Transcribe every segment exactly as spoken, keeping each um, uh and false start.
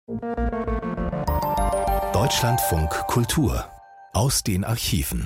Deutschlandfunk Kultur aus den Archiven.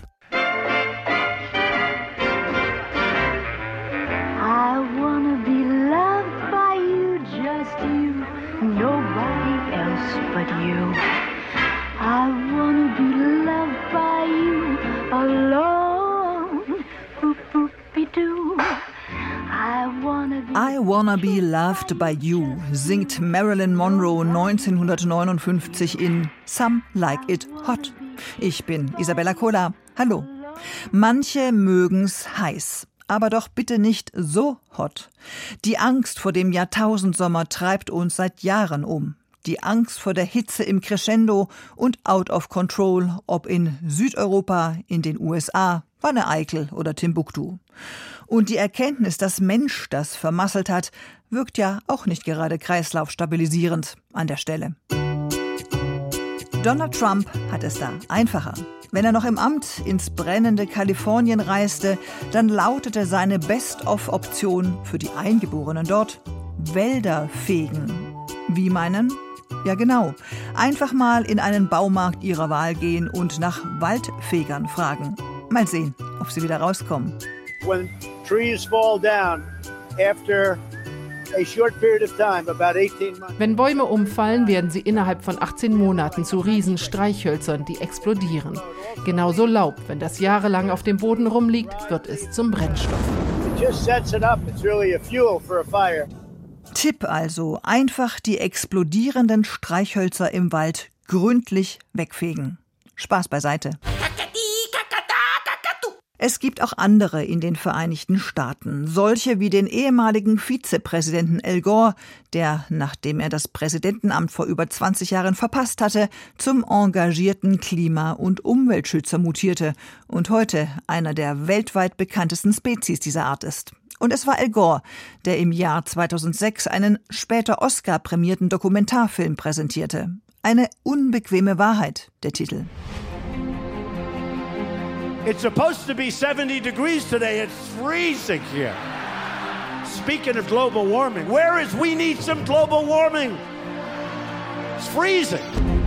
I Wanna Be Loved by You singt Marilyn Monroe neunzehnhundertneunundfünfzig in Some Like It Hot. Ich bin Isabella Kola. Hallo. Manche mögen's heiß, aber doch bitte nicht so hot. Die Angst vor dem Jahrtausendsommer treibt uns seit Jahren um. Die Angst vor der Hitze im Crescendo und out of control, ob in Südeuropa, in den U S A, Wanne Eickel oder Timbuktu. Und die Erkenntnis, dass Mensch das vermasselt hat, wirkt ja auch nicht gerade kreislaufstabilisierend an der Stelle. Donald Trump hat es da einfacher. Wenn er noch im Amt ins brennende Kalifornien reiste, dann lautete seine Best-of-Option für die Eingeborenen dort: Wälder fegen. Wie meinen? Ja genau, einfach mal in einen Baumarkt ihrer Wahl gehen und nach Waldfegern fragen. Mal sehen, ob sie wieder rauskommen. When trees fall down after a short period of time, about eighteen months. Wenn Bäume umfallen, werden sie innerhalb von achtzehn Monaten zu Riesenstreichhölzern, die explodieren. Genauso Laub, wenn das jahrelang auf dem Boden rumliegt, wird es zum Brennstoff. It just sets it up. It's really a fuel for a fire. Tipp also, einfach die explodierenden Streichhölzer im Wald gründlich wegfegen. Spaß beiseite. Es gibt auch andere in den Vereinigten Staaten, solche wie den ehemaligen Vizepräsidenten Al Gore, der, nachdem er das Präsidentenamt vor über zwanzig Jahren verpasst hatte, zum engagierten Klima- und Umweltschützer mutierte und heute einer der weltweit bekanntesten Spezies dieser Art ist. Und es war Al Gore, der im Jahr zweitausendsechs einen später Oscar-prämierten Dokumentarfilm präsentierte. Eine unbequeme Wahrheit, der Titel. It's supposed to be seventy degrees today. It's freezing here. Speaking of global warming, where is we need some global warming? It's freezing.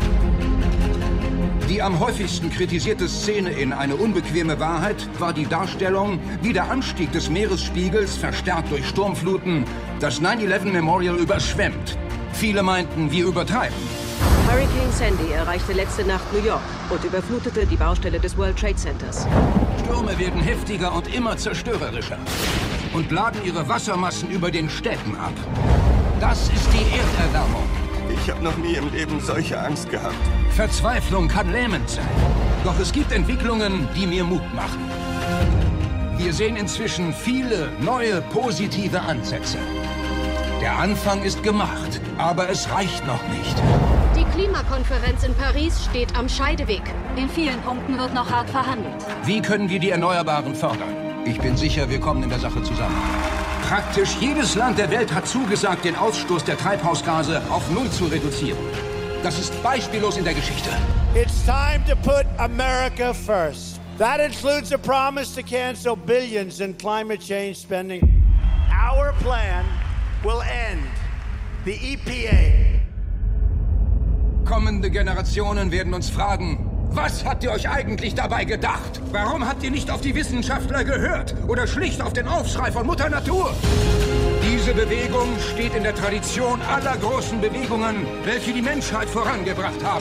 Die am häufigsten kritisierte Szene in Eine unbequeme Wahrheit war die Darstellung, wie der Anstieg des Meeresspiegels, verstärkt durch Sturmfluten, das nine eleven Memorial überschwemmt. Viele meinten, wir übertreiben. Hurricane Sandy erreichte letzte Nacht New York und überflutete die Baustelle des World Trade Centers. Stürme werden heftiger und immer zerstörerischer und laden ihre Wassermassen über den Städten ab. Das ist die Erderwärmung. Ich habe noch nie im Leben solche Angst gehabt. Verzweiflung kann lähmend sein. Doch es gibt Entwicklungen, die mir Mut machen. Wir sehen inzwischen viele neue, positive Ansätze. Der Anfang ist gemacht, aber es reicht noch nicht. Die Klimakonferenz in Paris steht am Scheideweg. In vielen Punkten wird noch hart verhandelt. Wie können wir die Erneuerbaren fördern? Ich bin sicher, wir kommen in der Sache zusammen. Praktisch jedes Land der Welt hat zugesagt, den Ausstoß der Treibhausgase auf Null zu reduzieren. Das ist beispiellos in der Geschichte. It's time to put America first. That includes a promise to cancel billions in climate change spending. Our plan will end the E P A. Kommende Generationen werden uns fragen, was habt ihr euch eigentlich dabei gedacht? Warum habt ihr nicht auf die Wissenschaftler gehört oder schlicht auf den Aufschrei von Mutter Natur? Diese Bewegung steht in der Tradition aller großen Bewegungen, welche die Menschheit vorangebracht haben.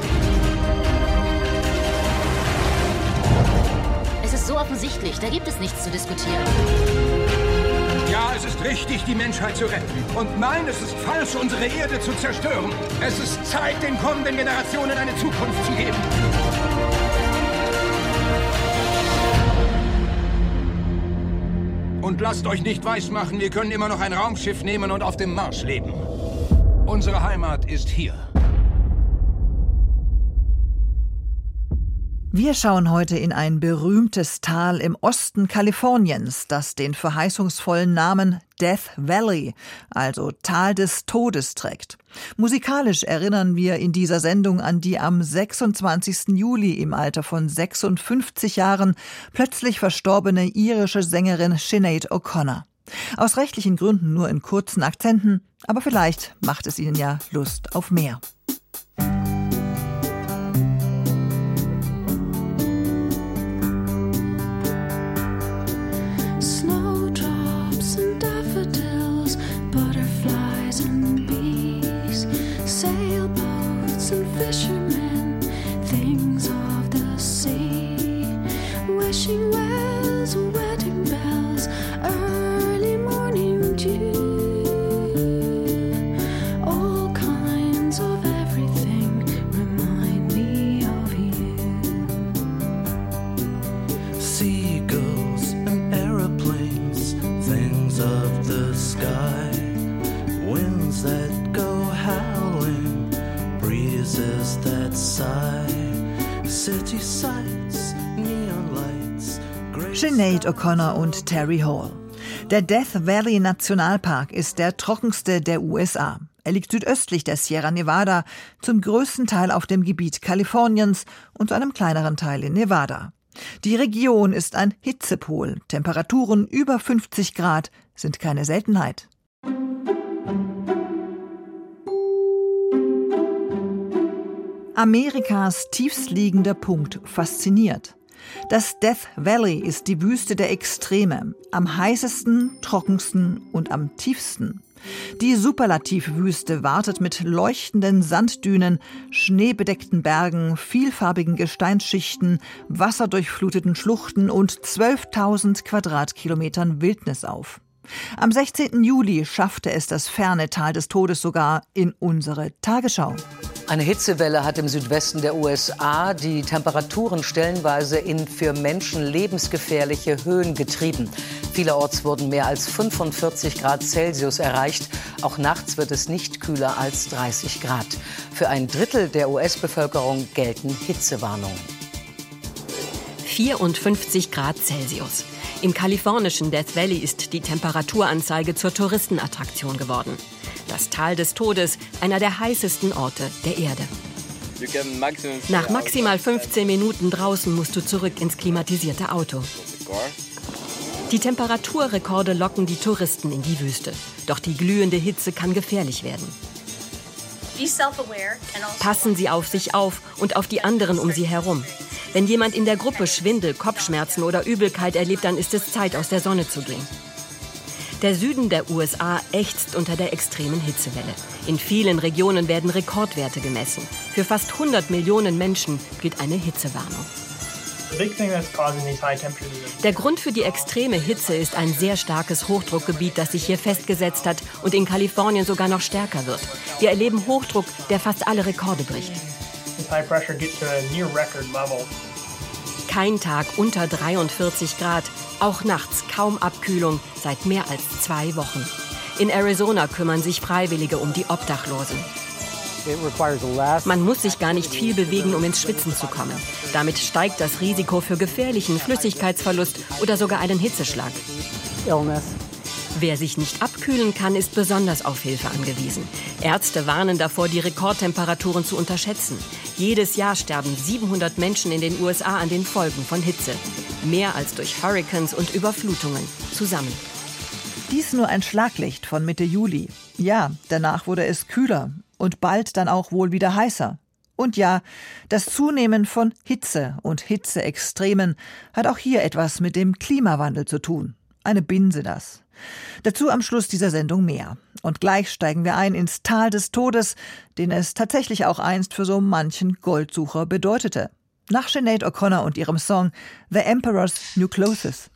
Es ist so offensichtlich, da gibt es nichts zu diskutieren. Ja, es ist richtig, die Menschheit zu retten. Und nein, es ist falsch, unsere Erde zu zerstören. Es ist Zeit, den kommenden Generationen eine Zukunft zu geben. Und lasst euch nicht weismachen, wir können immer noch ein Raumschiff nehmen und auf dem Mars leben. Unsere Heimat ist hier. Wir schauen heute in ein berühmtes Tal im Osten Kaliforniens, das den verheißungsvollen Namen Death Valley, also Tal des Todes, trägt. Musikalisch erinnern wir in dieser Sendung an die am sechsundzwanzigsten Juli im Alter von sechsundfünfzig Jahren plötzlich verstorbene irische Sängerin Sinead O'Connor. Aus rechtlichen Gründen nur in kurzen Akzenten, aber vielleicht macht es Ihnen ja Lust auf mehr. fishermen, things of the sea, wishing wells, wedding bells, early morning dew. All kinds of everything remind me of you. Seagulls and aeroplanes, things of the sky, winds that go howling, breezes that sigh, city sights, neon lights. Sinead O'Connor und Terry Hall. Der Death Valley Nationalpark ist der trockenste der U S A. Er liegt südöstlich der Sierra Nevada, zum größten Teil auf dem Gebiet Kaliforniens und zu einem kleineren Teil in Nevada. Die Region ist ein Hitzepol. Temperaturen über fünfzig Grad sind keine Seltenheit. Amerikas tiefstliegender Punkt fasziniert. Das Death Valley ist die Wüste der Extreme, am heißesten, trockensten und am tiefsten. Die Superlativwüste wartet mit leuchtenden Sanddünen, schneebedeckten Bergen, vielfarbigen Gesteinsschichten, wasserdurchfluteten Schluchten und zwölftausend Quadratkilometern Wildnis auf. Am sechzehnten Juli schaffte es das ferne Tal des Todes sogar in unsere Tagesschau. Eine Hitzewelle hat im Südwesten der U S A die Temperaturen stellenweise in für Menschen lebensgefährliche Höhen getrieben. Vielerorts wurden mehr als fünfundvierzig Grad Celsius erreicht. Auch nachts wird es nicht kühler als dreißig Grad. Für ein Drittel der U S-Bevölkerung gelten Hitzewarnungen. vierundfünfzig Grad Celsius. Im kalifornischen Death Valley ist die Temperaturanzeige zur Touristenattraktion geworden. Das Tal des Todes, einer der heißesten Orte der Erde. Nach maximal fünfzehn Minuten draußen musst du zurück ins klimatisierte Auto. Die Temperaturrekorde locken die Touristen in die Wüste. Doch die glühende Hitze kann gefährlich werden. Passen Sie auf sich auf und auf die anderen um Sie herum. Wenn jemand in der Gruppe Schwindel, Kopfschmerzen oder Übelkeit erlebt, dann ist es Zeit, aus der Sonne zu gehen. Der Süden der U S A ächzt unter der extremen Hitzewelle. In vielen Regionen werden Rekordwerte gemessen. Für fast hundert Millionen Menschen gilt eine Hitzewarnung. Der Grund für die extreme Hitze ist ein sehr starkes Hochdruckgebiet, das sich hier festgesetzt hat und in Kalifornien sogar noch stärker wird. Wir erleben Hochdruck, der fast alle Rekorde bricht. Kein Tag unter dreiundvierzig Grad, auch nachts kaum Abkühlung seit mehr als zwei Wochen. In Arizona kümmern sich Freiwillige um die Obdachlosen. Man muss sich gar nicht viel bewegen, um ins Schwitzen zu kommen. Damit steigt das Risiko für gefährlichen Flüssigkeitsverlust oder sogar einen Hitzeschlag. Wer sich nicht abkühlen kann, ist besonders auf Hilfe angewiesen. Ärzte warnen davor, die Rekordtemperaturen zu unterschätzen. Jedes Jahr sterben siebenhundert Menschen in den U S A an den Folgen von Hitze. Mehr als durch Hurrikans und Überflutungen zusammen. Dies nur ein Schlaglicht von Mitte Juli. Ja, danach wurde es kühler und bald dann auch wohl wieder heißer. Und ja, das Zunehmen von Hitze und Hitzeextremen hat auch hier etwas mit dem Klimawandel zu tun. Eine Binse das. Dazu am Schluss dieser Sendung mehr. Und gleich steigen wir ein ins Tal des Todes, den es tatsächlich auch einst für so manchen Goldsucher bedeutete. Nach Sinead O'Connor und ihrem Song The Emperor's New Clothes.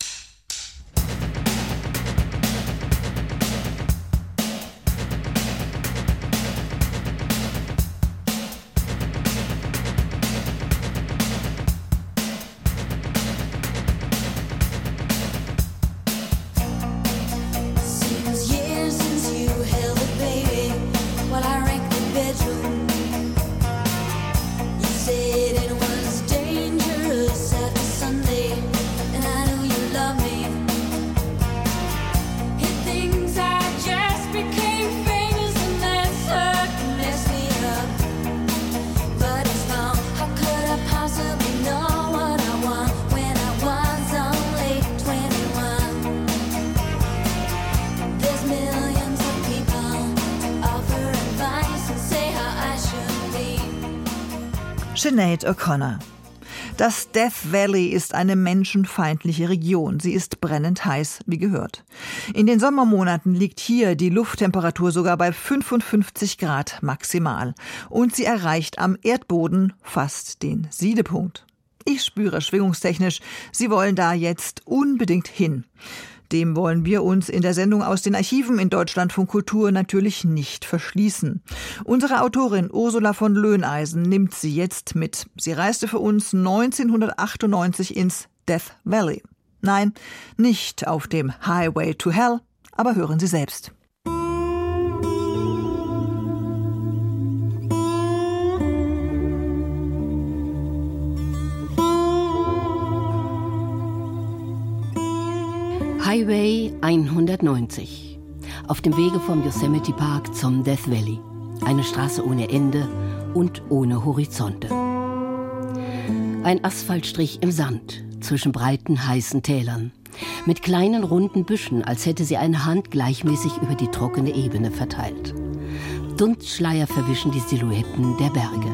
Sinead O'Connor. Das Death Valley ist eine menschenfeindliche Region. Sie ist brennend heiß, wie gehört. In den Sommermonaten liegt hier die Lufttemperatur sogar bei fünfundfünfzig Grad maximal. Und sie erreicht am Erdboden fast den Siedepunkt. Ich spüre schwingungstechnisch, Sie wollen da jetzt unbedingt hin. Dem wollen wir uns in der Sendung aus den Archiven in Deutschlandfunk Kultur natürlich nicht verschließen. Unsere Autorin Ursula von Löhneisen nimmt Sie jetzt mit. Sie reiste für uns neunzehnhundertachtundneunzig ins Death Valley. Nein, nicht auf dem Highway to Hell, aber hören Sie selbst. Highway hundertneunzig. Auf dem Wege vom Yosemite Park zum Death Valley. Eine Straße ohne Ende und ohne Horizonte. Ein Asphaltstrich im Sand zwischen breiten, heißen Tälern. Mit kleinen, runden Büschen, als hätte sie eine Hand gleichmäßig über die trockene Ebene verteilt. Dunstschleier verwischen die Silhouetten der Berge.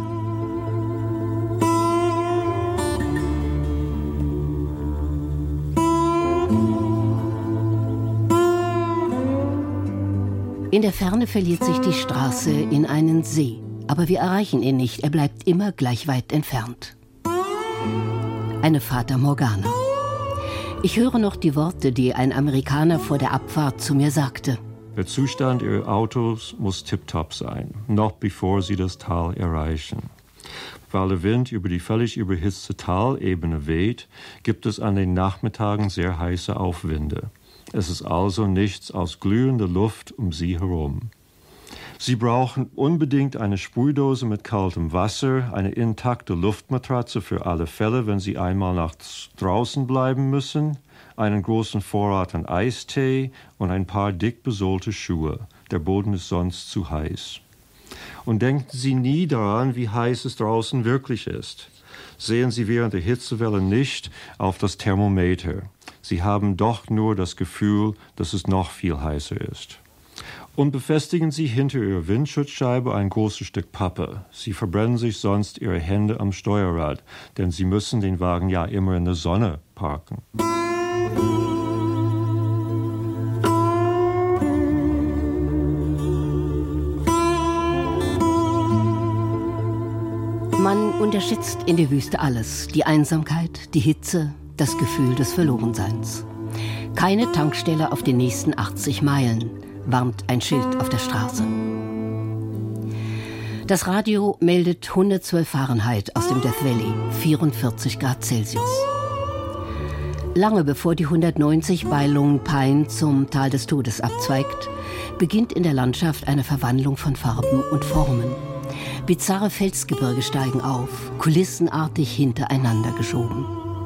In der Ferne verliert sich die Straße in einen See. Aber wir erreichen ihn nicht, er bleibt immer gleich weit entfernt. Eine Fata Morgana. Ich höre noch die Worte, die ein Amerikaner vor der Abfahrt zu mir sagte. Der Zustand Ihrer Autos muss tipptopp sein, noch bevor Sie das Tal erreichen. Weil der Wind über die völlig überhitzte Talebene weht, gibt es an den Nachmittagen sehr heiße Aufwinde. Es ist also nichts als glühende Luft um Sie herum. Sie brauchen unbedingt eine Sprühdose mit kaltem Wasser, eine intakte Luftmatratze für alle Fälle, wenn Sie einmal nachts draußen bleiben müssen, einen großen Vorrat an Eistee und ein paar dick besohlte Schuhe. Der Boden ist sonst zu heiß. Und denken Sie nie daran, wie heiß es draußen wirklich ist. Sehen Sie während der Hitzewelle nicht auf das Thermometer. Sie haben doch nur das Gefühl, dass es noch viel heißer ist. Und befestigen Sie hinter Ihrer Windschutzscheibe ein großes Stück Pappe. Sie verbrennen sich sonst Ihre Hände am Steuerrad, denn Sie müssen den Wagen ja immer in der Sonne parken. Man unterschätzt in der Wüste alles. Die Einsamkeit, die Hitze, das Gefühl des Verlorenseins. Keine Tankstelle auf den nächsten achtzig Meilen, warnt ein Schild auf der Straße. Das Radio meldet hundertzwölf Fahrenheit aus dem Death Valley, vierundvierzig Grad Celsius. Lange bevor die hundertneunzig bei Lone Pine zum Tal des Todes abzweigt, beginnt in der Landschaft eine Verwandlung von Farben und Formen. Bizarre Felsgebirge steigen auf, kulissenartig hintereinander geschoben.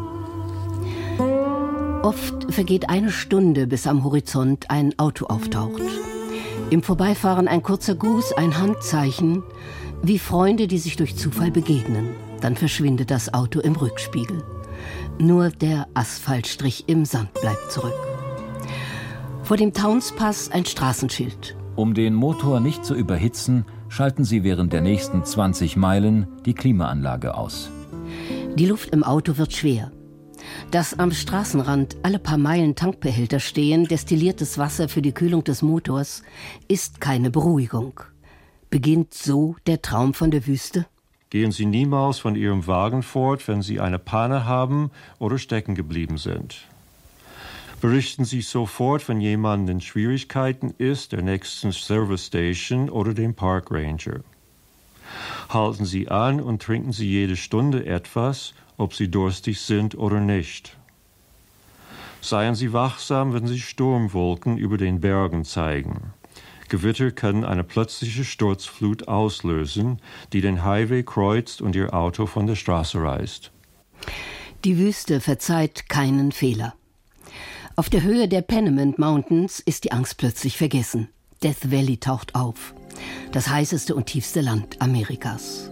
Oft vergeht eine Stunde, bis am Horizont ein Auto auftaucht. Im Vorbeifahren ein kurzer Gruß, ein Handzeichen, wie Freunde, die sich durch Zufall begegnen. Dann verschwindet das Auto im Rückspiegel. Nur der Asphaltstrich im Sand bleibt zurück. Vor dem Townspass ein Straßenschild. Um den Motor nicht zu überhitzen, schalten Sie während der nächsten zwanzig Meilen die Klimaanlage aus. Die Luft im Auto wird schwer. Dass am Straßenrand alle paar Meilen Tankbehälter stehen, destilliertes Wasser für die Kühlung des Motors, ist keine Beruhigung. Beginnt so der Traum von der Wüste? Gehen Sie niemals von Ihrem Wagen fort, wenn Sie eine Panne haben oder stecken geblieben sind. Berichten Sie sofort, wenn jemand in Schwierigkeiten ist, der nächsten Service Station oder dem Park Ranger. Halten Sie an und trinken Sie jede Stunde etwas, ob Sie durstig sind oder nicht. Seien Sie wachsam, wenn Sie Sturmwolken über den Bergen zeigen. Gewitter können eine plötzliche Sturzflut auslösen, die den Highway kreuzt und Ihr Auto von der Straße reißt. Die Wüste verzeiht keinen Fehler. Auf der Höhe der Panamint Mountains ist die Angst plötzlich vergessen. Death Valley taucht auf. Das heißeste und tiefste Land Amerikas.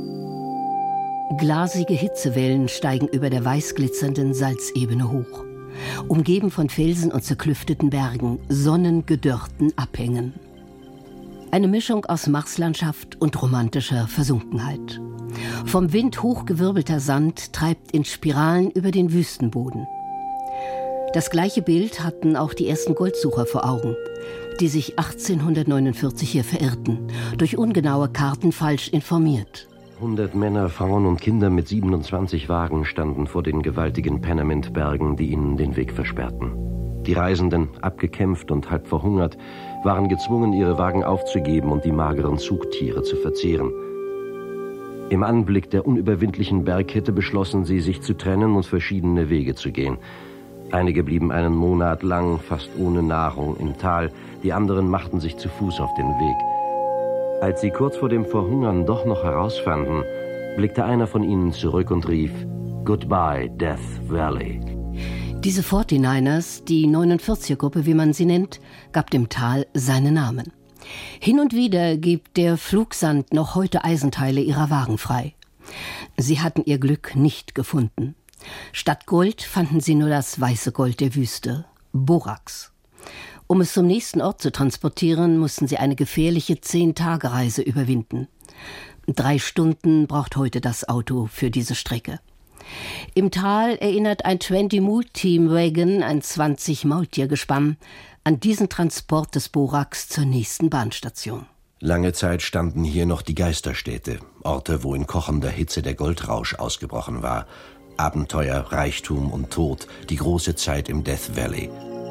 Glasige Hitzewellen steigen über der weiß glitzernden Salzebene hoch. umgeben von Felsen und zerklüfteten Bergen, sonnengedörrten Abhängen. Eine Mischung aus Marslandschaft und romantischer Versunkenheit. Vom Wind hochgewirbelter Sand treibt in Spiralen über den Wüstenboden. Das gleiche Bild hatten auch die ersten Goldsucher vor Augen, die sich achtzehnhundertneunundvierzig hier verirrten, durch ungenaue Karten falsch informiert. Hundert Männer, Frauen und Kinder mit siebenundzwanzig Wagen standen vor den gewaltigen Panamint-Bergen, die ihnen den Weg versperrten. Die Reisenden, abgekämpft und halb verhungert, waren gezwungen, ihre Wagen aufzugeben und die mageren Zugtiere zu verzehren. Im Anblick der unüberwindlichen Bergkette beschlossen sie, sich zu trennen und verschiedene Wege zu gehen. Einige blieben einen Monat lang fast ohne Nahrung im Tal, die anderen machten sich zu Fuß auf den Weg. Als sie kurz vor dem Verhungern doch noch herausfanden, blickte einer von ihnen zurück und rief: Goodbye, Death Valley. Diese forty-niners, die neunundvierziger-Gruppe, wie man sie nennt, gab dem Tal seinen Namen. Hin und wieder gibt der Flugsand noch heute Eisenteile ihrer Wagen frei. Sie hatten ihr Glück nicht gefunden. Statt Gold fanden sie nur das weiße Gold der Wüste, Borax. Um es zum nächsten Ort zu transportieren, mussten sie eine gefährliche Zehn-Tage-Reise überwinden. Drei Stunden braucht heute das Auto für diese Strecke. Im Tal erinnert ein zwanzig-Mule-Team-Wagon, ein zwanzig-Maultiergespann, an diesen Transport des Borax zur nächsten Bahnstation. Lange Zeit standen hier noch die Geisterstädte, Orte, wo in kochender Hitze der Goldrausch ausgebrochen war. Abenteuer, Reichtum und Tod, die große Zeit im Death Valley.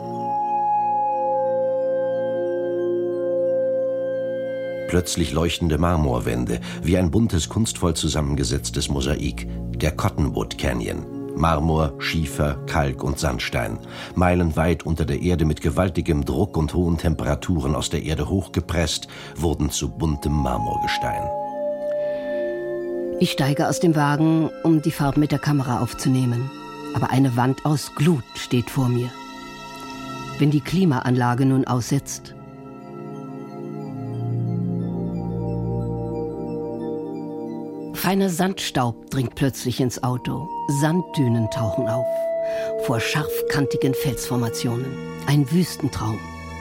Plötzlich leuchtende Marmorwände, wie ein buntes, kunstvoll zusammengesetztes Mosaik. Der Cottonwood Canyon. Marmor, Schiefer, Kalk und Sandstein. Meilenweit unter der Erde mit gewaltigem Druck und hohen Temperaturen aus der Erde hochgepresst, wurden zu buntem Marmorgestein. Ich steige aus dem Wagen, um die Farben mit der Kamera aufzunehmen. Aber eine Wand aus Glut steht vor mir. Wenn die Klimaanlage nun aussetzt. Feiner Sandstaub dringt plötzlich ins Auto. Sanddünen tauchen auf. Vor scharfkantigen Felsformationen. Ein Wüstentraum.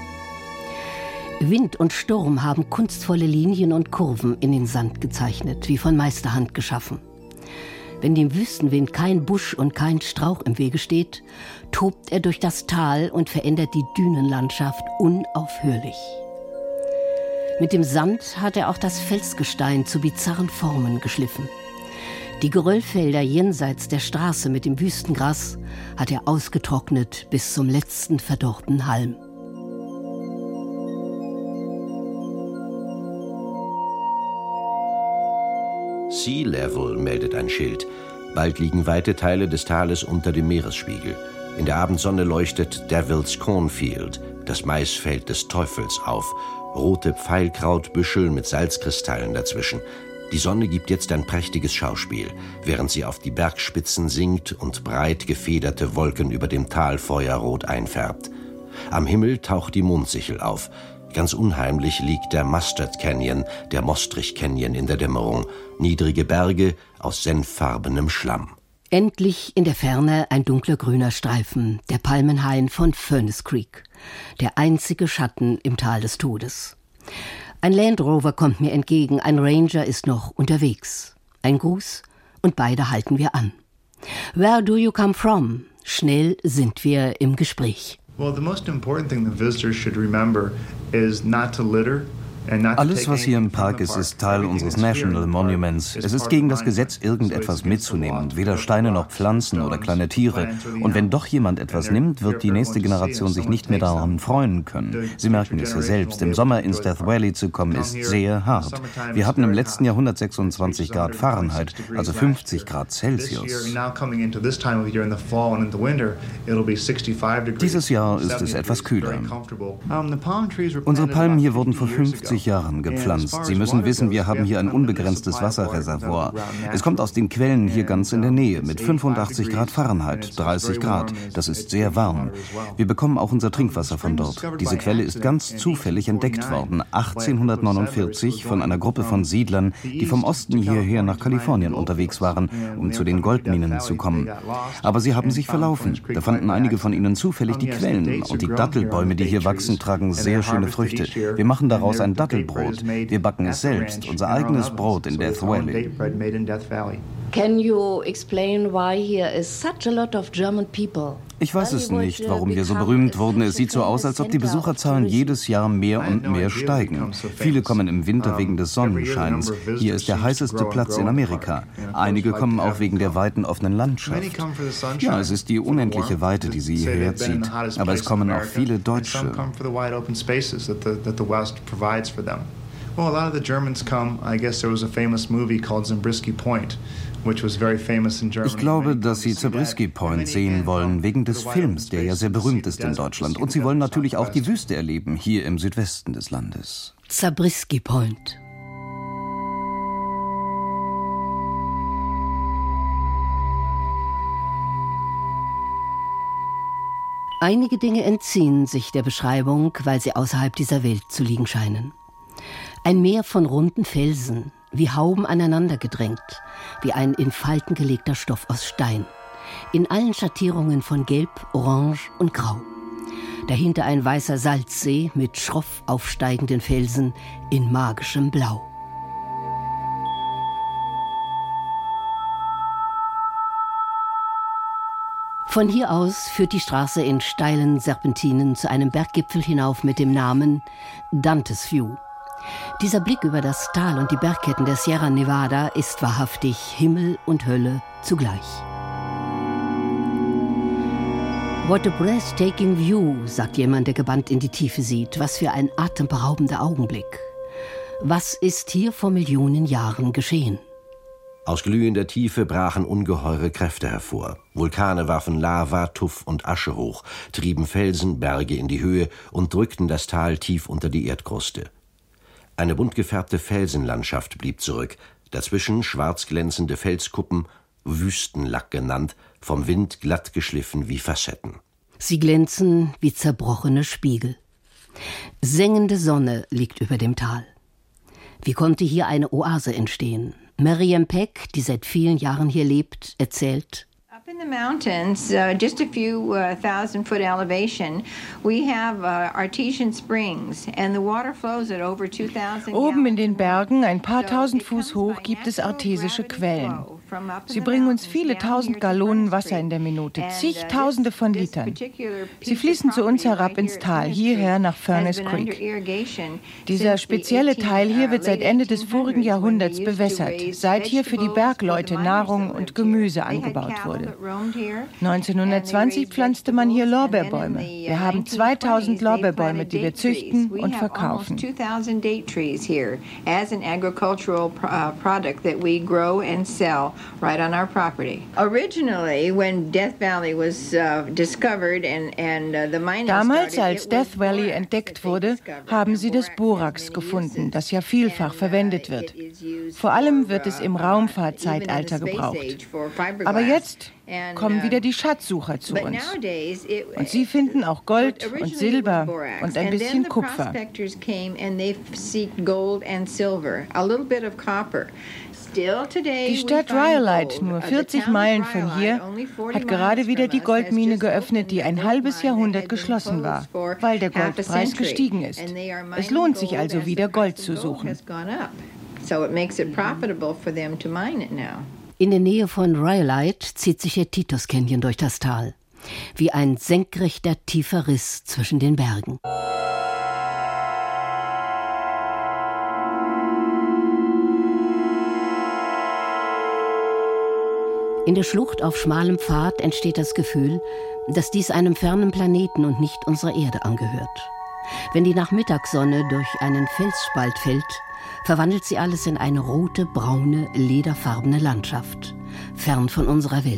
Wind und Sturm haben kunstvolle Linien und Kurven in den Sand gezeichnet, wie von Meisterhand geschaffen. Wenn dem Wüstenwind kein Busch und kein Strauch im Wege steht, tobt er durch das Tal und verändert die Dünenlandschaft unaufhörlich. Mit dem Sand hat er auch das Felsgestein zu bizarren Formen geschliffen. Die Geröllfelder jenseits der Straße mit dem Wüstengras hat er ausgetrocknet bis zum letzten verdorrten Halm. Sea Level, meldet ein Schild. Bald liegen weite Teile des Tales unter dem Meeresspiegel. In der Abendsonne leuchtet Devil's Cornfield, das Maisfeld des Teufels, auf. Rote Pfeilkrautbüschel mit Salzkristallen dazwischen. Die Sonne gibt jetzt ein prächtiges Schauspiel, während sie auf die Bergspitzen sinkt und breit gefederte Wolken über dem Tal feuerrot einfärbt. Am Himmel taucht die Mondsichel auf. Ganz unheimlich liegt der Mustard Canyon, der Mostrich Canyon in der Dämmerung. Niedrige Berge aus senffarbenem Schlamm. Endlich in der Ferne ein dunkler grüner Streifen, der Palmenhain von Furnace Creek. Der einzige Schatten im Tal des Todes. Ein Land Rover kommt mir entgegen, ein Ranger ist noch unterwegs. Ein Gruß und beide halten wir an. Where do you come from? Schnell sind wir im Gespräch. Well, the most important thing the visitors should remember is not to litter. Alles, was hier im Park ist, ist Teil unseres National Monuments. Es ist gegen das Gesetz, irgendetwas mitzunehmen, weder Steine noch Pflanzen oder kleine Tiere. Und wenn doch jemand etwas nimmt, wird die nächste Generation sich nicht mehr daran freuen können. Sie merken es ja selbst, im Sommer ins Death Valley zu kommen, ist sehr hart. Wir hatten im letzten Jahr hundertsechsundzwanzig Grad Fahrenheit, also fünfzig Grad Celsius. Dieses Jahr ist es etwas kühler. Unsere Palmen hier wurden vor fünfzig fünfzig Jahren gepflanzt. Sie müssen wissen, wir haben hier ein unbegrenztes Wasserreservoir. Es kommt aus den Quellen hier ganz in der Nähe mit fünfundachtzig Grad Fahrenheit, dreißig Grad. Das ist sehr warm. Wir bekommen auch unser Trinkwasser von dort. Diese Quelle ist ganz zufällig entdeckt worden, achtzehnhundertneunundvierzig, von einer Gruppe von Siedlern, die vom Osten hierher nach Kalifornien unterwegs waren, um zu den Goldminen zu kommen. Aber sie haben sich verlaufen. Da fanden einige von ihnen zufällig die Quellen. Und die Dattelbäume, die hier wachsen, tragen sehr schöne Früchte. Wir machen daraus ein Dattelbrot. Wir backen es selbst, unser eigenes Brot in Death Valley. Can you explain why here is such a lot of German people? Ich weiß es nicht, warum wir so berühmt wurden. Es sieht so aus, als ob die Besucherzahlen jedes Jahr mehr und mehr steigen. Viele kommen im Winter wegen des Sonnenscheins. Hier ist der heißeste Platz in Amerika. Einige kommen auch wegen der weiten offenen Landschaft. Ja, es ist die unendliche Weite, die sie hierher zieht. Aber es kommen auch viele Deutsche. Well, a lot of the Germans come. I guess there was a famous movie called Zabriskie Point, which was very famous in Germany. Ich glaube, dass Sie Zabriskie Point sehen wollen, wegen des Films, der ja sehr berühmt ist in Deutschland. Und Sie wollen natürlich auch die Wüste erleben, hier im Südwesten des Landes. Zabriskie Point. Einige Dinge entziehen sich der Beschreibung, weil sie außerhalb dieser Welt zu liegen scheinen. Ein Meer von runden Felsen, wie Hauben aneinander gedrängt, wie ein in Falten gelegter Stoff aus Stein. In allen Schattierungen von Gelb, Orange und Grau. Dahinter ein weißer Salzsee mit schroff aufsteigenden Felsen in magischem Blau. Von hier aus führt die Straße in steilen Serpentinen zu einem Berggipfel hinauf mit dem Namen Dantes View. Dieser Blick über das Tal und die Bergketten der Sierra Nevada ist wahrhaftig Himmel und Hölle zugleich. What a breathtaking view, sagt jemand, der gebannt in die Tiefe sieht. Was für ein atemberaubender Augenblick. Was ist hier vor Millionen Jahren geschehen? Aus glühender Tiefe brachen ungeheure Kräfte hervor. Vulkane warfen Lava, Tuff und Asche hoch, trieben Felsen, Berge in die Höhe und drückten das Tal tief unter die Erdkruste. Eine bunt gefärbte Felsenlandschaft blieb zurück, dazwischen schwarz glänzende Felskuppen, Wüstenlack genannt, vom Wind glatt geschliffen wie Facetten. Sie glänzen wie zerbrochene Spiegel. Sengende Sonne liegt über dem Tal. Wie konnte hier eine Oase entstehen? Miriam Peck, die seit vielen Jahren hier lebt, erzählt: Up in the mountains, uh, just a few uh, thousand foot elevation, we have uh, artesian springs and the water flows at over two thousand. Oben in den Bergen, ein paar tausend Fuß hoch, gibt es artesische Quellen. Sie bringen uns viele tausend Gallonen Wasser in der Minute, zigtausende von Litern. Sie fließen zu uns herab ins Tal, hierher nach Furnace Creek. Dieser spezielle Teil hier wird seit Ende des vorigen Jahrhunderts bewässert, seit hier für die Bergleute Nahrung und Gemüse angebaut wurde. neunzehnhundertzwanzig pflanzte man hier Lorbeerbäume. Wir haben zweitausend Lorbeerbäume, die wir züchten und verkaufen. Right on our property. Originally, when Death Valley was uh, discovered and and uh, the mining Damals, als Death Valley entdeckt wurde, haben sie das Borax gefunden, das ja vielfach verwendet wird. Vor allem wird es im Raumfahrtzeitalter gebraucht. Aber jetzt kommen wieder die Schatzsucher zu uns. Und sie finden auch Gold und Silber und ein bisschen Kupfer. Die Stadt Rhyolite, nur vierzig Meilen von hier, hat gerade wieder die Goldmine geöffnet, die ein halbes Jahrhundert geschlossen war, weil der Goldpreis gestiegen ist. Es lohnt sich also wieder, Gold zu suchen. In der Nähe von Rhyolite zieht sich der Titus Canyon durch das Tal, wie ein senkrechter, tiefer Riss zwischen den Bergen. In der Schlucht auf schmalem Pfad entsteht das Gefühl, dass dies einem fernen Planeten und nicht unserer Erde angehört. Wenn die Nachmittagssonne durch einen Felsspalt fällt, verwandelt sie alles in eine rote, braune, lederfarbene Landschaft, fern von unserer Welt.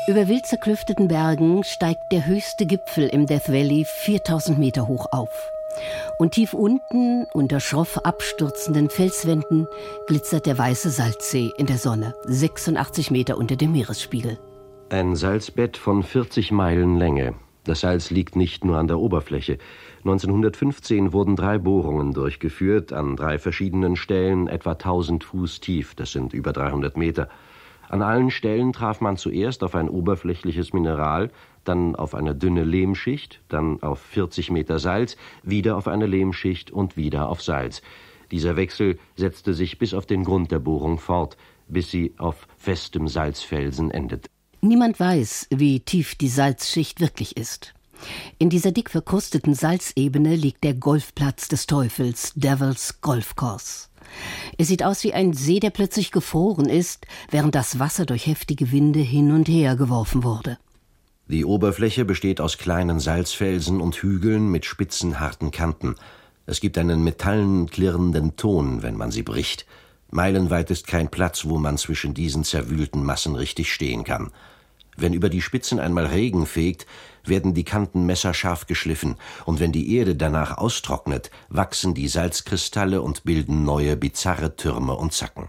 Über wild zerklüfteten Bergen steigt der höchste Gipfel im Death Valley viertausend Meter hoch auf. Und tief unten, unter schroff abstürzenden Felswänden, glitzert der weiße Salzsee in der Sonne, sechsundachtzig Meter unter dem Meeresspiegel. Ein Salzbett von vierzig Meilen Länge. Das Salz liegt nicht nur an der Oberfläche. neunzehnhundertfünfzehn wurden drei Bohrungen durchgeführt, an drei verschiedenen Stellen etwa tausend Fuß tief, das sind über dreihundert Meter. An allen Stellen traf man zuerst auf ein oberflächliches Mineral, dann auf eine dünne Lehmschicht, dann auf vierzig Meter Salz, wieder auf eine Lehmschicht und wieder auf Salz. Dieser Wechsel setzte sich bis auf den Grund der Bohrung fort, bis sie auf festem Salzfelsen endet. Niemand weiß, wie tief die Salzschicht wirklich ist. In dieser dick verkrusteten Salzebene liegt der Golfplatz des Teufels, Devil's Golf Course. Es sieht aus wie ein See, der plötzlich gefroren ist, während das Wasser durch heftige Winde hin und her geworfen wurde. Die Oberfläche besteht aus kleinen Salzfelsen und Hügeln mit spitzen, harten Kanten. Es gibt einen metallenen, klirrenden Ton, wenn man sie bricht. Meilenweit ist kein Platz, wo man zwischen diesen zerwühlten Massen richtig stehen kann. Wenn über die Spitzen einmal Regen fegt, werden die Kanten messerscharf geschliffen, und wenn die Erde danach austrocknet, wachsen die Salzkristalle und bilden neue, bizarre Türme und Zacken.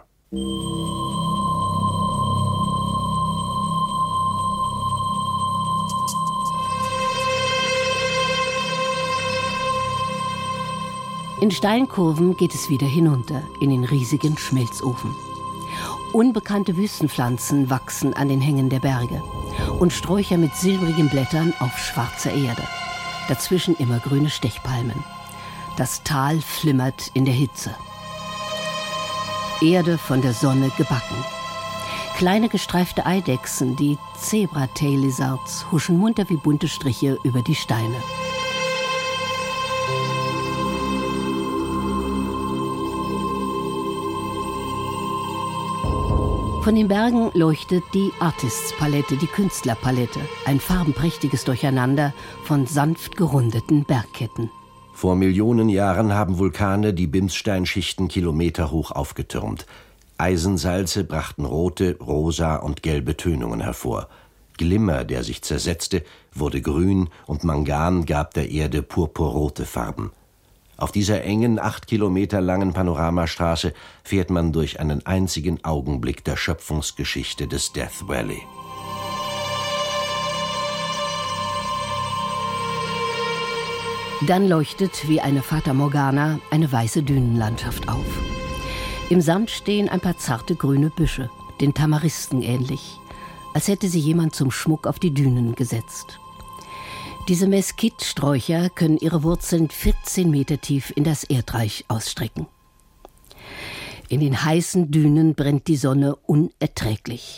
In Steinkurven geht es wieder hinunter, in den riesigen Schmelzofen. Unbekannte Wüstenpflanzen wachsen an den Hängen der Berge und Sträucher mit silbrigen Blättern auf schwarzer Erde. Dazwischen immergrüne Stechpalmen. Das Tal flimmert in der Hitze. Erde von der Sonne gebacken. Kleine gestreifte Eidechsen, die Zebra-Tail-Lizards, huschen munter wie bunte Striche über die Steine. Von den Bergen leuchtet die Artists-Palette, die Künstlerpalette, ein farbenprächtiges Durcheinander von sanft gerundeten Bergketten. Vor Millionen Jahren haben Vulkane die Bimssteinschichten kilometerhoch aufgetürmt. Eisensalze brachten rote, rosa und gelbe Tönungen hervor. Glimmer, der sich zersetzte, wurde grün und Mangan gab der Erde purpurrote Farben. Auf dieser engen, acht Kilometer langen Panoramastraße fährt man durch einen einzigen Augenblick der Schöpfungsgeschichte des Death Valley. Dann leuchtet wie eine Fata Morgana eine weiße Dünenlandschaft auf. Im Sand stehen ein paar zarte grüne Büsche, den Tamaristen ähnlich, als hätte sie jemand zum Schmuck auf die Dünen gesetzt. Diese Mesquite-Sträucher können ihre Wurzeln vierzehn Meter tief in das Erdreich ausstrecken. In den heißen Dünen brennt die Sonne unerträglich.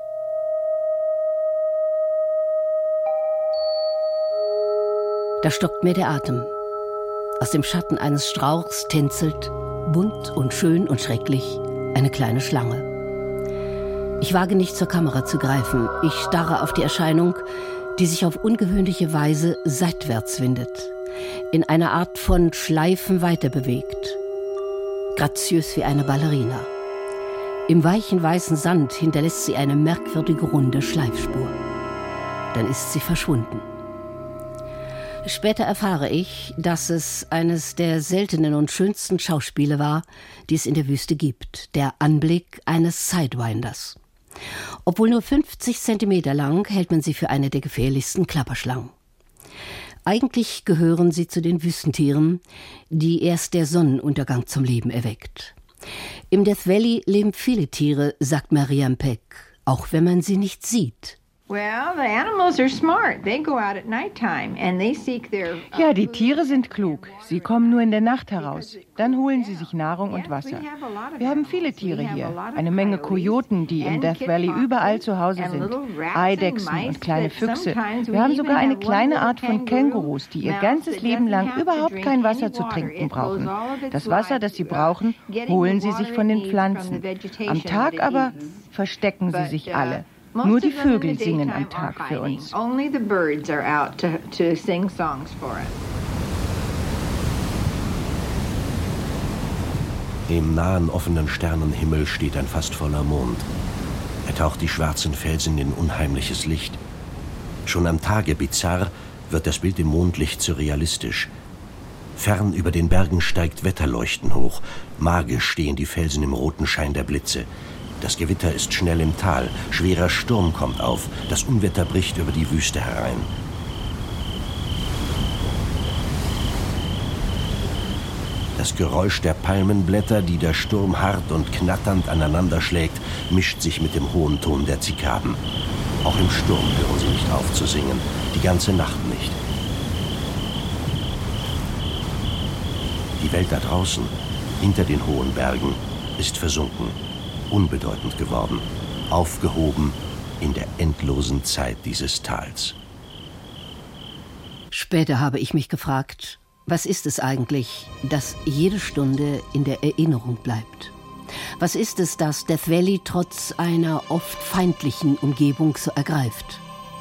Da stockt mir der Atem. Aus dem Schatten eines Strauchs tänzelt, bunt und schön und schrecklich, eine kleine Schlange. Ich wage nicht, zur Kamera zu greifen. Ich starre auf die Erscheinung, die sich auf ungewöhnliche Weise seitwärts windet, in einer Art von Schleifen weiter bewegt, graziös wie eine Ballerina. Im weichen weißen Sand hinterlässt sie eine merkwürdige runde Schleifspur. Dann ist sie verschwunden. Später erfahre ich, dass es eines der seltenen und schönsten Schauspiele war, die es in der Wüste gibt, der Anblick eines Sidewinders. Obwohl nur fünfzig Zentimeter lang, hält man sie für eine der gefährlichsten Klapperschlangen. Eigentlich gehören sie zu den Wüstentieren, die erst der Sonnenuntergang zum Leben erweckt. Im Death Valley leben viele Tiere, sagt Marianne Peck, auch wenn man sie nicht sieht. Ja, die Tiere sind klug. Sie kommen nur in der Nacht heraus. Dann holen sie sich Nahrung und Wasser. Wir haben viele Tiere hier. Eine Menge Kojoten, die im Death Valley überall zu Hause sind. Eidechsen und kleine Füchse. Wir haben sogar eine kleine Art von Kängurus, die ihr ganzes Leben lang überhaupt kein Wasser zu trinken brauchen. Das Wasser, das sie brauchen, holen sie sich von den Pflanzen. Am Tag aber verstecken sie sich alle. Nur die Vögel singen am Tag für uns. Im nahen offenen Sternenhimmel steht ein fast voller Mond. ertaucht die schwarzen Felsen in unheimliches Licht. Schon am Tage bizarr wird das Bild im Mondlicht surrealistisch. Fern über den Bergen steigt Wetterleuchten hoch. Magisch stehen die Felsen im roten Schein der Blitze. Das Gewitter ist schnell im Tal. Schwerer Sturm kommt auf. Das Unwetter bricht über die Wüste herein. Das Geräusch der Palmenblätter, die der Sturm hart und knatternd aneinanderschlägt, mischt sich mit dem hohen Ton der Zikaden. Auch im Sturm hören sie nicht auf zu singen, die ganze Nacht nicht. Die Welt da draußen, hinter den hohen Bergen, ist versunken, unbedeutend geworden, aufgehoben in der endlosen Zeit dieses Tals. Später habe ich mich gefragt, was ist es eigentlich, das jede Stunde in der Erinnerung bleibt? Was ist es, das Death Valley trotz einer oft feindlichen Umgebung so ergreift?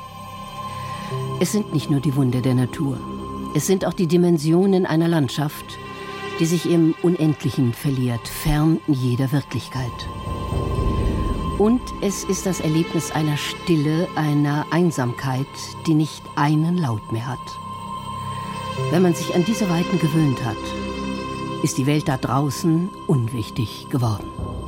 Es sind nicht nur die Wunder der Natur. Es sind auch die Dimensionen einer Landschaft, die sich im Unendlichen verliert, fern jeder Wirklichkeit. Und es ist das Erlebnis einer Stille, einer Einsamkeit, die nicht einen Laut mehr hat. Wenn man sich an diese Weiten gewöhnt hat, ist die Welt da draußen unwichtig geworden.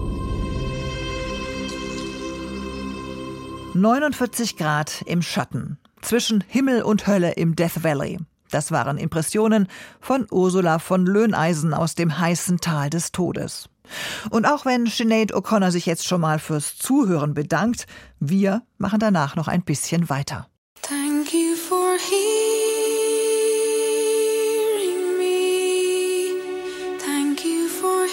neunundvierzig Grad im Schatten, zwischen Himmel und Hölle im Death Valley. Das waren Impressionen von Ursula von Löhneisen aus dem heißen Tal des Todes. Und auch wenn Sinead O'Connor sich jetzt schon mal fürs Zuhören bedankt, wir machen danach noch ein bisschen weiter. Thank you for hearing me. Thank you for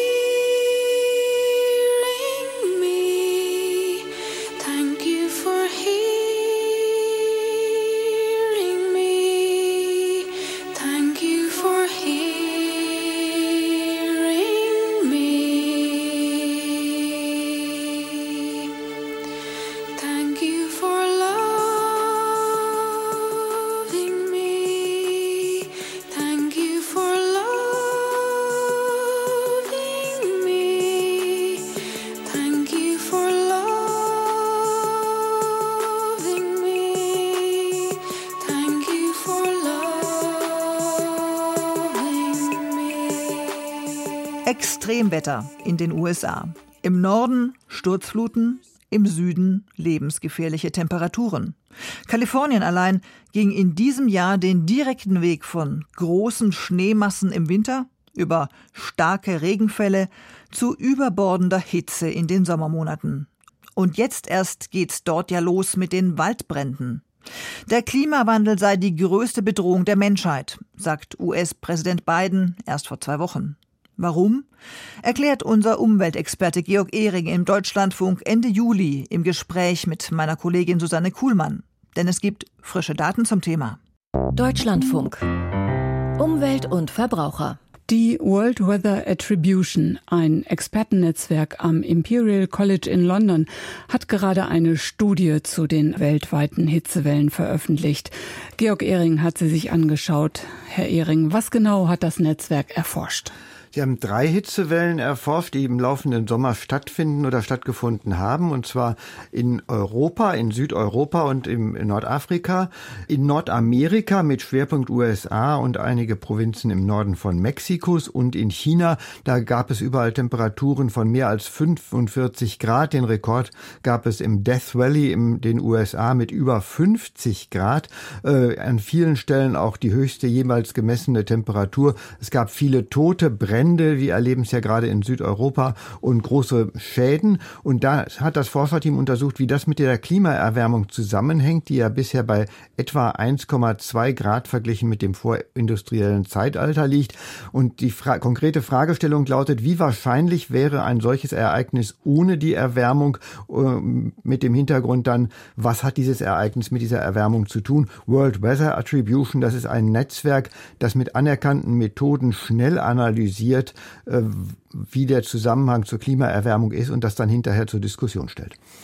hearing me. Thank you for hearing me. Thank you for hearing me. Thank you for loving me. Thank you for loving me. Thank you for loving me. Thank you for loving me. Extremwetter in den U S A. Im Norden Sturzfluten, im Süden lebensgefährliche Temperaturen. Kalifornien allein ging in diesem Jahr den direkten Weg von großen Schneemassen im Winter über starke Regenfälle zu überbordender Hitze in den Sommermonaten. Und jetzt erst geht's dort ja los mit den Waldbränden. Der Klimawandel sei die größte Bedrohung der Menschheit, sagt U S-Präsident Biden erst vor zwei Wochen. Warum? Erklärt unser Umweltexperte Georg Ehring im Deutschlandfunk Ende Juli im Gespräch mit meiner Kollegin Susanne Kuhlmann. Denn es gibt frische Daten zum Thema. Deutschlandfunk. Umwelt und Verbraucher. Die World Weather Attribution, ein Expertennetzwerk am Imperial College in London, hat gerade eine Studie zu den weltweiten Hitzewellen veröffentlicht. Georg Ehring hat sie sich angeschaut. Herr Ehring, was genau hat das Netzwerk erforscht? Sie haben drei Hitzewellen erforscht, die im laufenden Sommer stattfinden oder stattgefunden haben, und zwar in Europa, in Südeuropa und im, in Nordafrika, in Nordamerika mit Schwerpunkt U S A und einige Provinzen im Norden von Mexikos und in China. Da gab es überall Temperaturen von mehr als fünfundvierzig Grad. Den Rekord gab es im Death Valley in den U S A mit über fünfzig Grad. Äh, an vielen Stellen auch die höchste jemals gemessene Temperatur. Es gab viele Tote, Brände. Wir erleben es ja gerade in Südeuropa, und große Schäden. Und da hat das Forscherteam untersucht, wie das mit der Klimaerwärmung zusammenhängt, die ja bisher bei etwa eins Komma zwei Grad verglichen mit dem vorindustriellen Zeitalter liegt. Und die Fra- konkrete Fragestellung lautet, wie wahrscheinlich wäre ein solches Ereignis ohne die Erwärmung, äh, mit dem Hintergrund dann, was hat dieses Ereignis mit dieser Erwärmung zu tun? World Weather Attribution, das ist ein Netzwerk, das mit anerkannten Methoden schnell analysiert, wie der Zusammenhang zur Klimaerwärmung ist und das dann hinterher zur Diskussion stellt.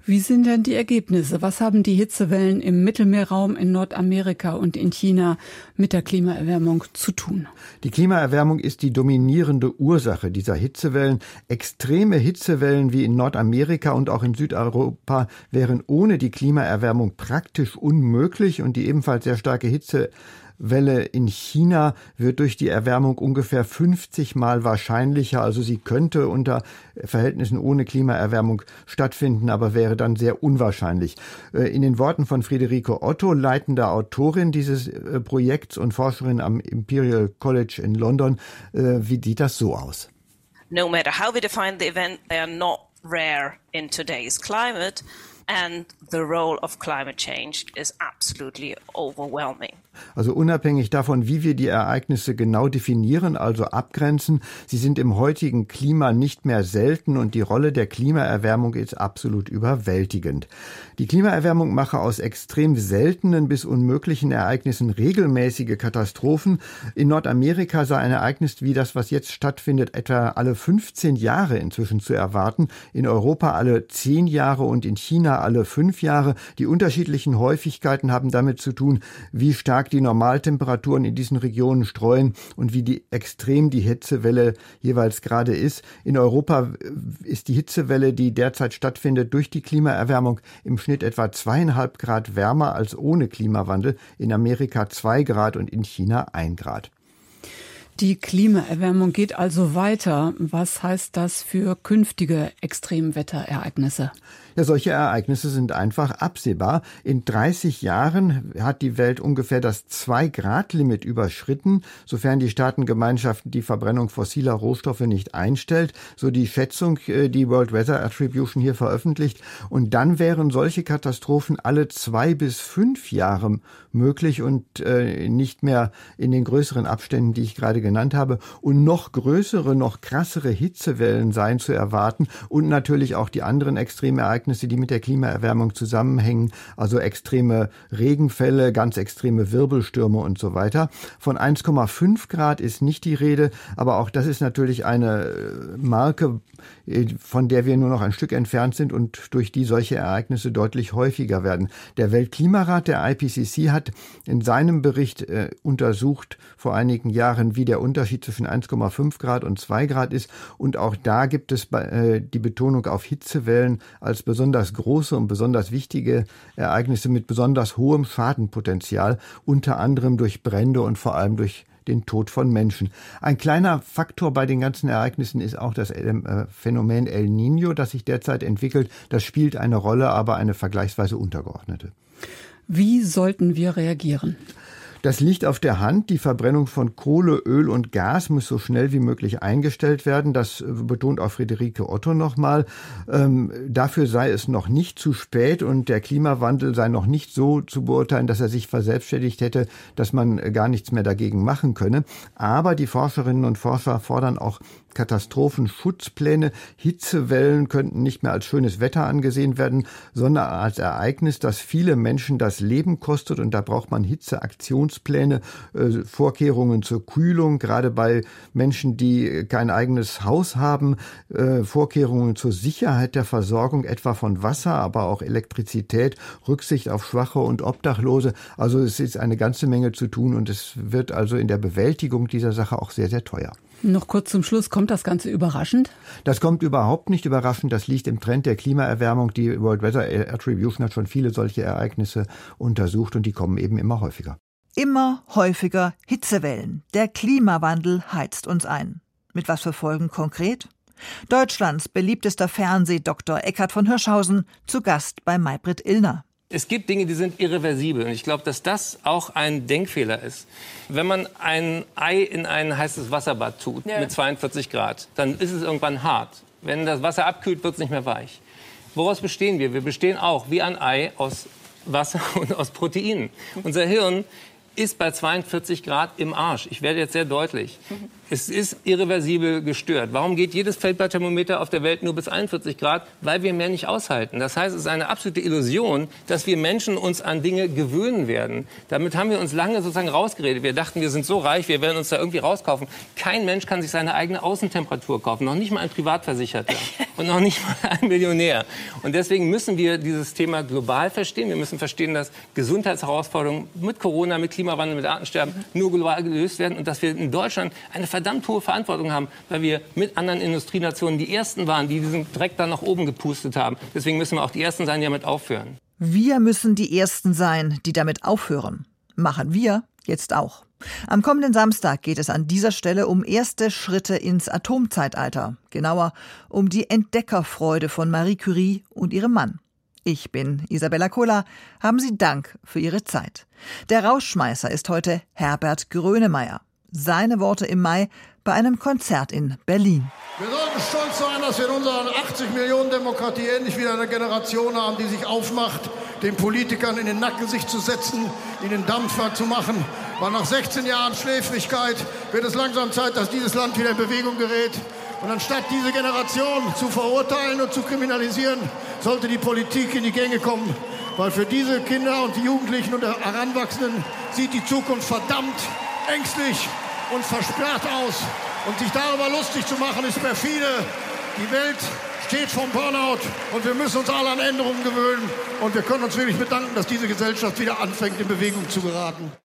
Wie sind denn die Ergebnisse? Was haben die Hitzewellen im Mittelmeerraum, in Nordamerika und in China mit der Klimaerwärmung zu tun? Die Klimaerwärmung ist die dominierende Ursache dieser Hitzewellen. Extreme Hitzewellen wie in Nordamerika und auch in Südeuropa wären ohne die Klimaerwärmung praktisch unmöglich, und die ebenfalls sehr starke Hitze Welle in China wird durch die Erwärmung ungefähr fünfzig Mal wahrscheinlicher. Also sie könnte unter Verhältnissen ohne Klimaerwärmung stattfinden, aber wäre dann sehr unwahrscheinlich. In den Worten von Friederike Otto, leitender Autorin dieses Projekts und Forscherin am Imperial College in London, wie sieht das so aus? No matter how we define the event, they are not rare in today's climate. And the role of climate change is absolutely overwhelming. Also unabhängig davon, wie wir die Ereignisse genau definieren, also abgrenzen, sie sind im heutigen Klima nicht mehr selten und die Rolle der Klimaerwärmung ist absolut überwältigend. Die Klimaerwärmung mache aus extrem seltenen bis unmöglichen Ereignissen regelmäßige Katastrophen. In Nordamerika sei ein Ereignis wie das, was jetzt stattfindet, etwa alle fünfzehn Jahre inzwischen zu erwarten, in Europa alle zehn Jahre und in China alle fünf Jahre. Die unterschiedlichen Häufigkeiten haben damit zu tun, wie stark die Normaltemperaturen in diesen Regionen streuen und wie die extrem die Hitzewelle jeweils gerade ist. In Europa ist die Hitzewelle, die derzeit stattfindet, durch die Klimaerwärmung im Schnitt etwa zweieinhalb Grad wärmer als ohne Klimawandel. In Amerika zwei Grad und in China ein Grad. Die Klimaerwärmung geht also weiter. Was heißt das für künftige Extremwetterereignisse? Ja, solche Ereignisse sind einfach absehbar. In dreißig Jahren hat die Welt ungefähr das zwei-Grad-Limit überschritten, sofern die Staatengemeinschaft die Verbrennung fossiler Rohstoffe nicht einstellt, so die Schätzung, die World Weather Attribution hier veröffentlicht. Und dann wären solche Katastrophen alle zwei bis fünf Jahre möglich und äh, nicht mehr in den größeren Abständen, die ich gerade genannt habe. Und noch größere, noch krassere Hitzewellen seien zu erwarten und natürlich auch die anderen Extremereignisse, die mit der Klimaerwärmung zusammenhängen, also extreme Regenfälle, ganz extreme Wirbelstürme und so weiter. Von eins Komma fünf Grad ist nicht die Rede, aber auch das ist natürlich eine Marke, von der wir nur noch ein Stück entfernt sind und durch die solche Ereignisse deutlich häufiger werden. Der Weltklimarat, der I P C C, hat in seinem Bericht äh, untersucht vor einigen Jahren, wie der Unterschied zwischen eins Komma fünf Grad und zwei Grad ist, und auch da gibt es äh, die Betonung auf Hitzewellen als besonders große und besonders wichtige Ereignisse mit besonders hohem Schadenpotenzial, unter anderem durch Brände und vor allem durch den Tod von Menschen. Ein kleiner Faktor bei den ganzen Ereignissen ist auch das äh, Phänomen El Niño, das sich derzeit entwickelt. Das spielt eine Rolle, aber eine vergleichsweise untergeordnete. Wie sollten wir reagieren? Das liegt auf der Hand. Die Verbrennung von Kohle, Öl und Gas muss so schnell wie möglich eingestellt werden. Das betont auch Friederike Otto nochmal. Ähm, dafür sei es noch nicht zu spät und der Klimawandel sei noch nicht so zu beurteilen, dass er sich verselbstständigt hätte, dass man gar nichts mehr dagegen machen könne. Aber die Forscherinnen und Forscher fordern auch Katastrophenschutzpläne. Hitzewellen könnten nicht mehr als schönes Wetter angesehen werden, sondern als Ereignis, das viele Menschen das Leben kostet. Und da braucht man Hitzeaktionspläne, äh, Vorkehrungen zur Kühlung, gerade bei Menschen, die kein eigenes Haus haben, äh, Vorkehrungen zur Sicherheit der Versorgung, etwa von Wasser, aber auch Elektrizität, Rücksicht auf Schwache und Obdachlose. Also es ist eine ganze Menge zu tun und es wird also in der Bewältigung dieser Sache auch sehr, sehr teuer. Noch kurz zum Schluss, kommt das Ganze überraschend? Das kommt überhaupt nicht überraschend. Das liegt im Trend der Klimaerwärmung. Die World Weather Attribution hat schon viele solche Ereignisse untersucht und die kommen eben immer häufiger. Immer häufiger Hitzewellen. Der Klimawandel heizt uns ein. Mit was für Folgen konkret? Deutschlands beliebtester Fernsehdoktor Eckhard von Hirschhausen zu Gast bei Maybrit Illner. Es gibt Dinge, die sind irreversibel. Und ich glaube, dass das auch ein Denkfehler ist. Wenn man ein Ei in ein heißes Wasserbad tut, ja, mit zweiundvierzig Grad, dann ist es irgendwann hart. Wenn das Wasser abkühlt, wird es nicht mehr weich. Woraus bestehen wir? Wir bestehen auch, wie ein Ei, aus Wasser und aus Proteinen. Unser Hirn ist bei zweiundvierzig Grad im Arsch. Ich werde jetzt sehr deutlich. Es ist irreversibel gestört. Warum geht jedes Feldblattthermometer auf der Welt nur bis einundvierzig Grad? Weil wir mehr nicht aushalten. Das heißt, es ist eine absolute Illusion, dass wir Menschen uns an Dinge gewöhnen werden. Damit haben wir uns lange sozusagen rausgeredet. Wir dachten, wir sind so reich, wir werden uns da irgendwie rauskaufen. Kein Mensch kann sich seine eigene Außentemperatur kaufen, noch nicht mal ein Privatversicherter. und noch nicht mal ein Millionär. Und deswegen müssen wir dieses Thema global verstehen. Wir müssen verstehen, dass Gesundheitsherausforderungen mit Corona, mit Klimawandel, mit Artensterben nur global gelöst werden und dass wir in Deutschland eine verdammt hohe Verantwortung haben, weil wir mit anderen Industrienationen die Ersten waren, die diesen Dreck dann nach oben gepustet haben. Deswegen müssen wir auch die Ersten sein, die damit aufhören. Wir müssen die Ersten sein, die damit aufhören. Machen wir jetzt auch. Am kommenden Samstag geht es an dieser Stelle um erste Schritte ins Atomzeitalter. Genauer um die Entdeckerfreude von Marie Curie und ihrem Mann. Ich bin Isabella Kohler. Haben Sie Dank für Ihre Zeit. Der Rausschmeißer ist heute Herbert Grönemeyer. Seine Worte im Mai bei einem Konzert in Berlin. Wir sollten stolz sein, dass wir in unserer achtzig Millionen Demokratie endlich wieder eine Generation haben, die sich aufmacht, den Politikern in den Nacken sich zu setzen, ihnen Dampfer zu machen. Weil nach sechzehn Jahren Schläfrigkeit wird es langsam Zeit, dass dieses Land wieder in Bewegung gerät. Und anstatt diese Generation zu verurteilen und zu kriminalisieren, sollte die Politik in die Gänge kommen. Weil für diese Kinder und die Jugendlichen und Heranwachsenden sieht die Zukunft verdammt ängstlich und versperrt aus. Und sich darüber lustig zu machen, ist perfide. Die Welt steht vom Burnout und wir müssen uns alle an Änderungen gewöhnen. Und wir können uns wirklich bedanken, dass diese Gesellschaft wieder anfängt, in Bewegung zu geraten.